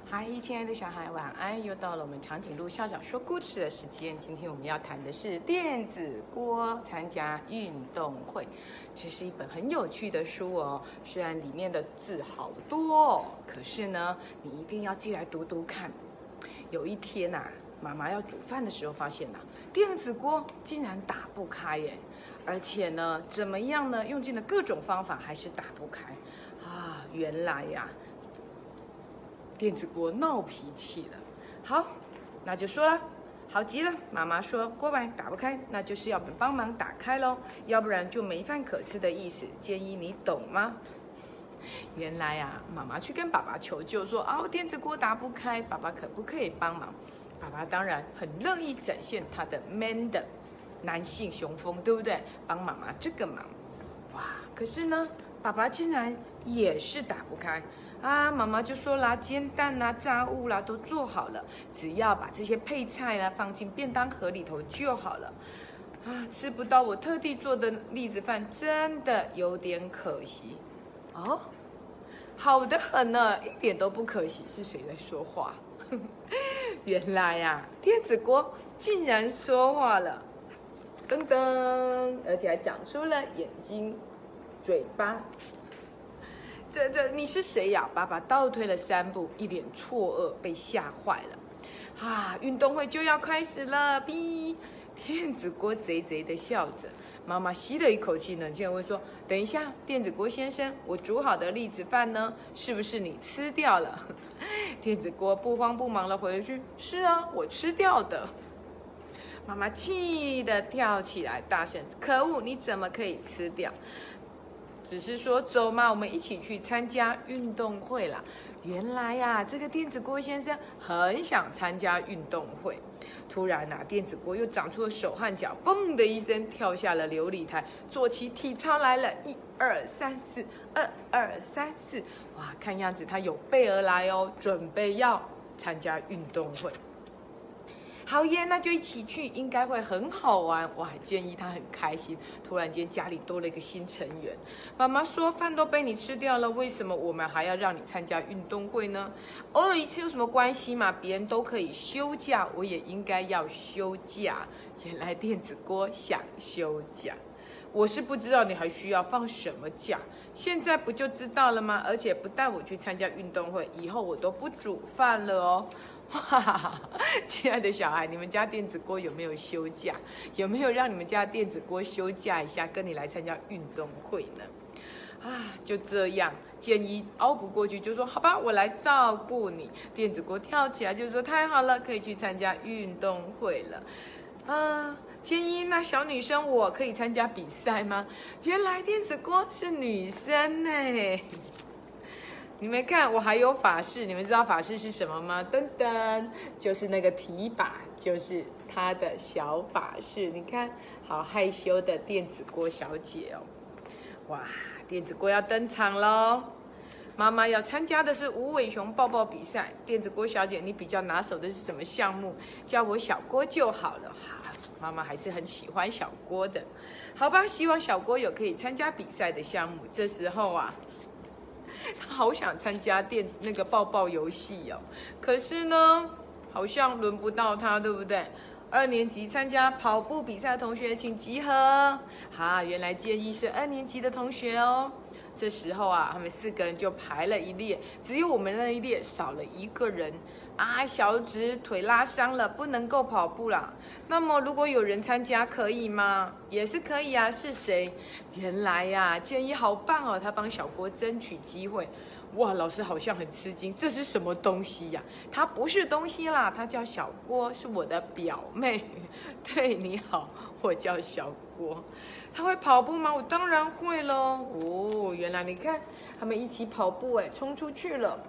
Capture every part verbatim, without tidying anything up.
嗨，亲爱的小孩，晚安！又到了我们长颈鹿校长说故事的时间。今天我们要谈的是电子锅参加运动会。这是一本很有趣的书哦，虽然里面的字好多哦，可是呢，你一定要寄来读读看。有一天呐、啊，妈妈要煮饭的时候，发现呐、啊，电子锅竟然打不开耶！而且呢，怎么样呢？用尽了各种方法，还是打不开啊！原来呀、啊。电子锅闹脾气了，好，那就说了，好极了。妈妈说锅碗打不开，那就是要帮忙打开咯，要不然就没饭可吃的意思。建议你懂吗？原来啊，妈妈去跟爸爸求救说，哦，电子锅打不开，爸爸可不可以帮忙？爸爸当然很乐意展现他的 man 的男性雄风，对不对？帮妈妈这个忙，哇！可是呢，爸爸竟然也是打不开。啊，妈妈就说啦，煎蛋啦、炸物啦都做好了，只要把这些配菜啦放进便当盒里头就好了。啊，吃不到我特地做的栗子饭，真的有点可惜。哦，好得很呢，一点都不可惜。是谁在说话？原来呀、啊，电子锅竟然说话了，噔噔，而且还长出了眼睛、嘴巴。这这你是谁呀？爸爸倒退了三步，一脸错愕，被吓坏了。啊，运动会就要开始了！哔，电子锅贼贼的笑着。妈妈吸了一口气，冷静地问说：“等一下，电子锅先生，我煮好的栗子饭呢？是不是你吃掉了？”电子锅不慌不忙地回了句：“是啊，我吃掉的。”妈妈气得跳起来，大声：“可恶！你怎么可以吃掉？”只是说走嘛，我们一起去参加运动会啦。原来呀、啊，这个电子锅先生很想参加运动会。突然啊，电子锅又长出了手和脚，嘣的一声跳下了流理台，做起体操来了。一二三四，二二三四，哇，看样子他有备而来哦，准备要参加运动会。好耶，那就一起去，应该会很好玩。我还建议他很开心。突然间家里多了一个新成员。妈妈说饭都被你吃掉了，为什么我们还要让你参加运动会呢？偶尔一次有什么关系嘛？别人都可以休假，我也应该要休假。原来电子锅想休假。我是不知道你还需要放什么假，现在不就知道了吗？而且不带我去参加运动会，以后我都不煮饭了哦。哇，亲爱的小孩，你们家电子锅有没有休假？有没有让你们家电子锅休假一下，跟你来参加运动会呢？啊，就这样，建议熬不过去，就说好吧，我来照顾你。电子锅跳起来就说太好了，可以去参加运动会了。啊，千一，那小女生我可以参加比赛吗？原来电子锅是女生呢。你们看，我还有法式，你们知道法式是什么吗？噔噔，就是那个提把，就是她的小法式。你看，好害羞的电子锅小姐哦。哇，电子锅要登场喽！妈妈要参加的是无尾熊抱抱比赛。电子锅小姐，你比较拿手的是什么项目？叫我小锅就好了。哈，妈妈还是很喜欢小锅的。好吧，希望小锅有可以参加比赛的项目。这时候啊。他好想参加电子那个抱抱游戏哦，可是呢，好像轮不到他，对不对？二年级参加跑步比赛的同学请集合。哈，原来建议是二年级的同学哦。这时候啊，他们四个人就排了一列，只有我们那一列少了一个人啊，小指腿拉伤了，不能够跑步啦。那么如果有人参加可以吗？也是可以啊，是谁？原来呀、啊，建议好棒哦，他帮小郭争取机会。哇，老师好像很吃惊，这是什么东西呀、啊？它不是东西啦，它叫小郭，是我的表妹。对，你好，我叫小郭。他会跑步吗？我当然会喽。哦，原来你看，他们一起跑步，哎，冲出去了。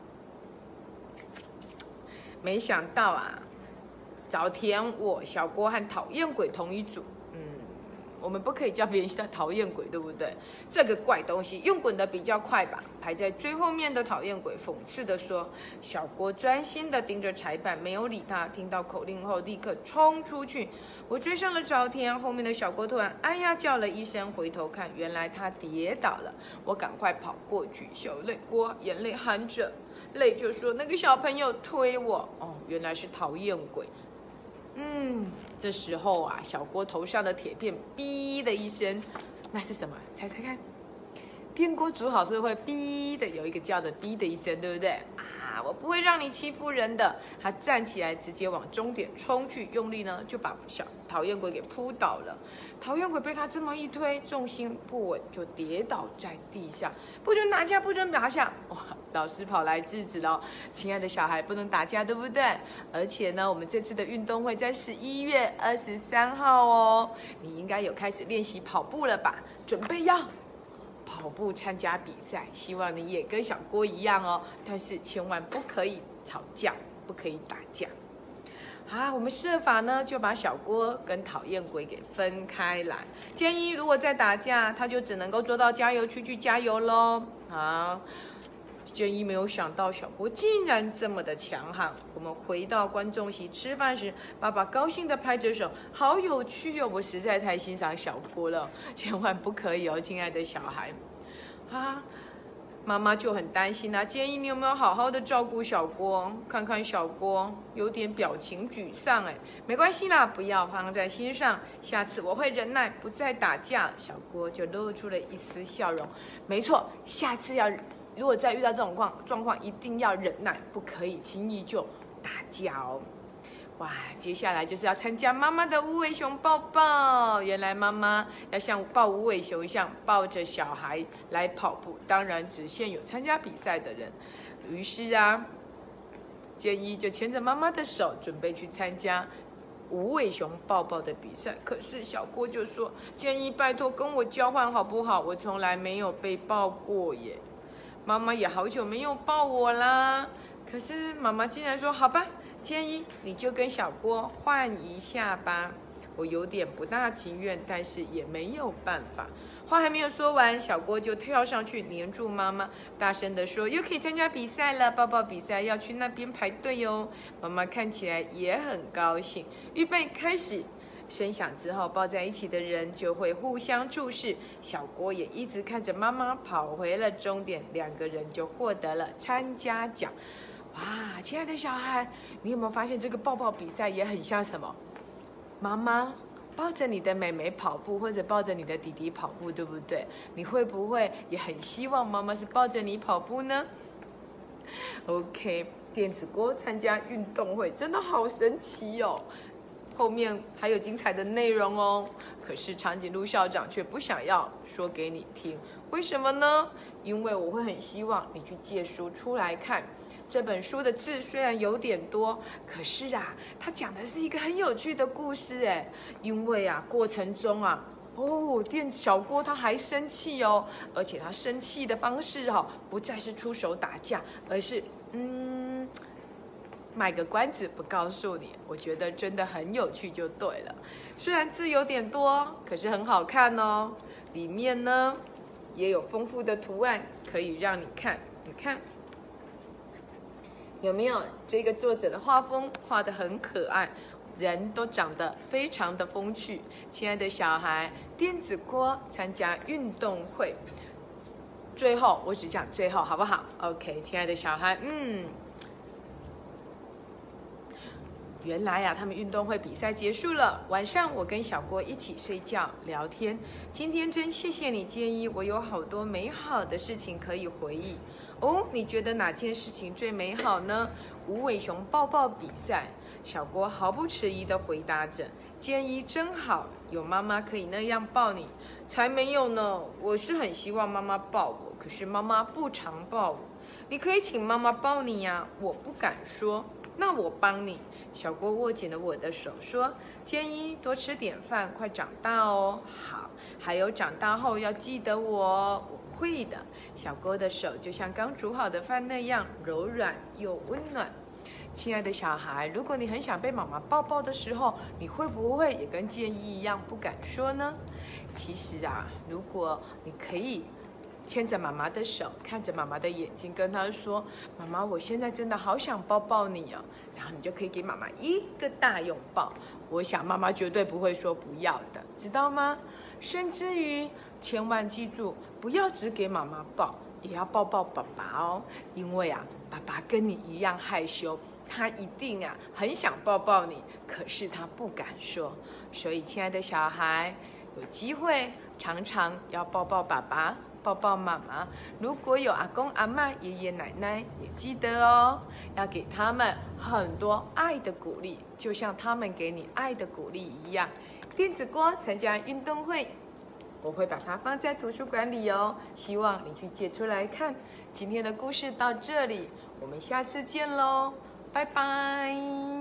没想到啊，早田我小郭和讨厌鬼同一组。嗯，我们不可以叫别人叫讨厌鬼，对不对？这个怪东西用滚的比较快吧？排在最后面的讨厌鬼讽刺地说。小郭专心地盯着柴板，没有理他。听到口令后，立刻冲出去。我追上了早田，后面的小郭突然哎呀叫了一声，回头看，原来他跌倒了。我赶快跑过去，小泪郭眼泪含着泪就说那个小朋友推我，哦，原来是讨厌鬼。嗯，这时候啊，小郭头上的铁片哔的一声，那是什么？猜猜看。电锅煮好是会哔的，有一个叫的哔的一声，对不对？啊，我不会让你欺负人的。他站起来，直接往终点冲去，用力呢就把小讨厌鬼给扑倒了。讨厌鬼被他这么一推，重心不稳，就跌倒在地上。不准打架，不准打架！哇，老师跑来制止了。亲爱的小孩，不能打架，对不对？而且呢，我们这次的运动会在十一月二十三号哦，你应该有开始练习跑步了吧？准备要跑步参加比赛，希望你也跟小郭一样哦，但是千万不可以吵架，不可以打架。好，我们设法呢就把小郭跟讨厌鬼给分开来。建议如果再打架，他就只能够坐到加油区去加油喽。好，建议没有想到小郭竟然这么的强悍。我们回到观众席吃饭时，爸爸高兴地拍着手，好有趣哦！我实在太欣赏小郭了，千万不可以哦，亲爱的小孩。啊，妈妈就很担心啊，建议你有没有好好的照顾小郭？看看小郭有点表情沮丧，哎，没关系啦，不要放在心上，下次我会忍耐，不再打架。小郭就露出了一丝笑容。没错，下次要。如果再遇到这种状状况，一定要忍耐，不可以轻易就打架哦。哇，接下来就是要参加妈妈的无尾熊抱抱。原来妈妈要像抱无尾熊一样抱着小孩来跑步，当然只限有参加比赛的人。于是啊，建议就牵着妈妈的手，准备去参加无尾熊抱抱的比赛。可是小郭就说：“建议拜托跟我交换好不好？我从来没有被抱过耶。”妈妈也好久没有抱我啦，可是妈妈竟然说：“好吧，建议你就跟小郭换一下吧。”我有点不大情愿，但是也没有办法。话还没有说完，小郭就跳上去黏住妈妈，大声地说：“又可以参加比赛了，抱抱比赛要去那边排队哦。”妈妈看起来也很高兴。预备开始。声响之后，抱在一起的人就会互相注视。小郭也一直看着妈妈跑回了终点，两个人就获得了参加奖。哇，亲爱的小孩，你有没有发现这个抱抱比赛也很像什么？妈妈抱着你的妹妹跑步，或者抱着你的弟弟跑步，对不对？你会不会也很希望妈妈是抱着你跑步呢 ？OK， 电子锅参加运动会真的好神奇哦！后面还有精彩的内容哦，可是长颈鹿校长却不想要说给你听，为什么呢？因为我会很希望你去借书出来看。这本书的字虽然有点多，可是啊，它讲的是一个很有趣的故事哎。因为啊，过程中啊，哦，电小郭他还生气哦，而且他生气的方式哈、哦，不再是出手打架，而是嗯。卖个关子不告诉你，我觉得真的很有趣就对了。虽然字有点多，可是很好看哦。里面呢也有丰富的图案可以让你看。你看有没有？这个作者的画风画得很可爱，人都长得非常的风趣。亲爱的小孩，电子锅参加运动会，最后我只讲最后好不好 ？OK， 亲爱的小孩，嗯。原来呀、啊，他们运动会比赛结束了。晚上我跟小郭一起睡觉聊天。今天真谢谢你建议，我有好多美好的事情可以回忆。哦，你觉得哪件事情最美好呢？无尾熊抱抱比赛。小郭毫不迟疑地回答着：“建议真好，有妈妈可以那样抱你。”才没有呢！我是很希望妈妈抱我，可是妈妈不常抱我。你可以请妈妈抱你呀，我不敢说。那我帮你。小郭握紧了我的手，说：“建议多吃点饭，快长大哦。”好，还有长大后要记得我哦。我会的。小郭的手就像刚煮好的饭那样柔软又温暖。亲爱的小孩，如果你很想被妈妈抱抱的时候，你会不会也跟建议一样不敢说呢？其实啊，如果你可以牵着妈妈的手，看着妈妈的眼睛，跟她说：“妈妈，我现在真的好想抱抱你哦。”然后你就可以给妈妈一个大拥抱。我想妈妈绝对不会说不要的，知道吗？甚至于，千万记住，不要只给妈妈抱， 也要抱抱爸爸哦，因为啊，爸爸跟你一样害羞，他一定啊很想抱抱你，可是他不敢说。所以，亲爱的小孩，有机会常常要抱抱爸爸，抱抱妈妈。如果有阿公阿嬷、爷爷奶奶，也记得哦，要给他们很多爱的鼓励，就像他们给你爱的鼓励一样。电子锅参加运动会，我会把它放在图书馆里哦，希望你去借出来看。今天的故事到这里，我们下次见喽，拜拜。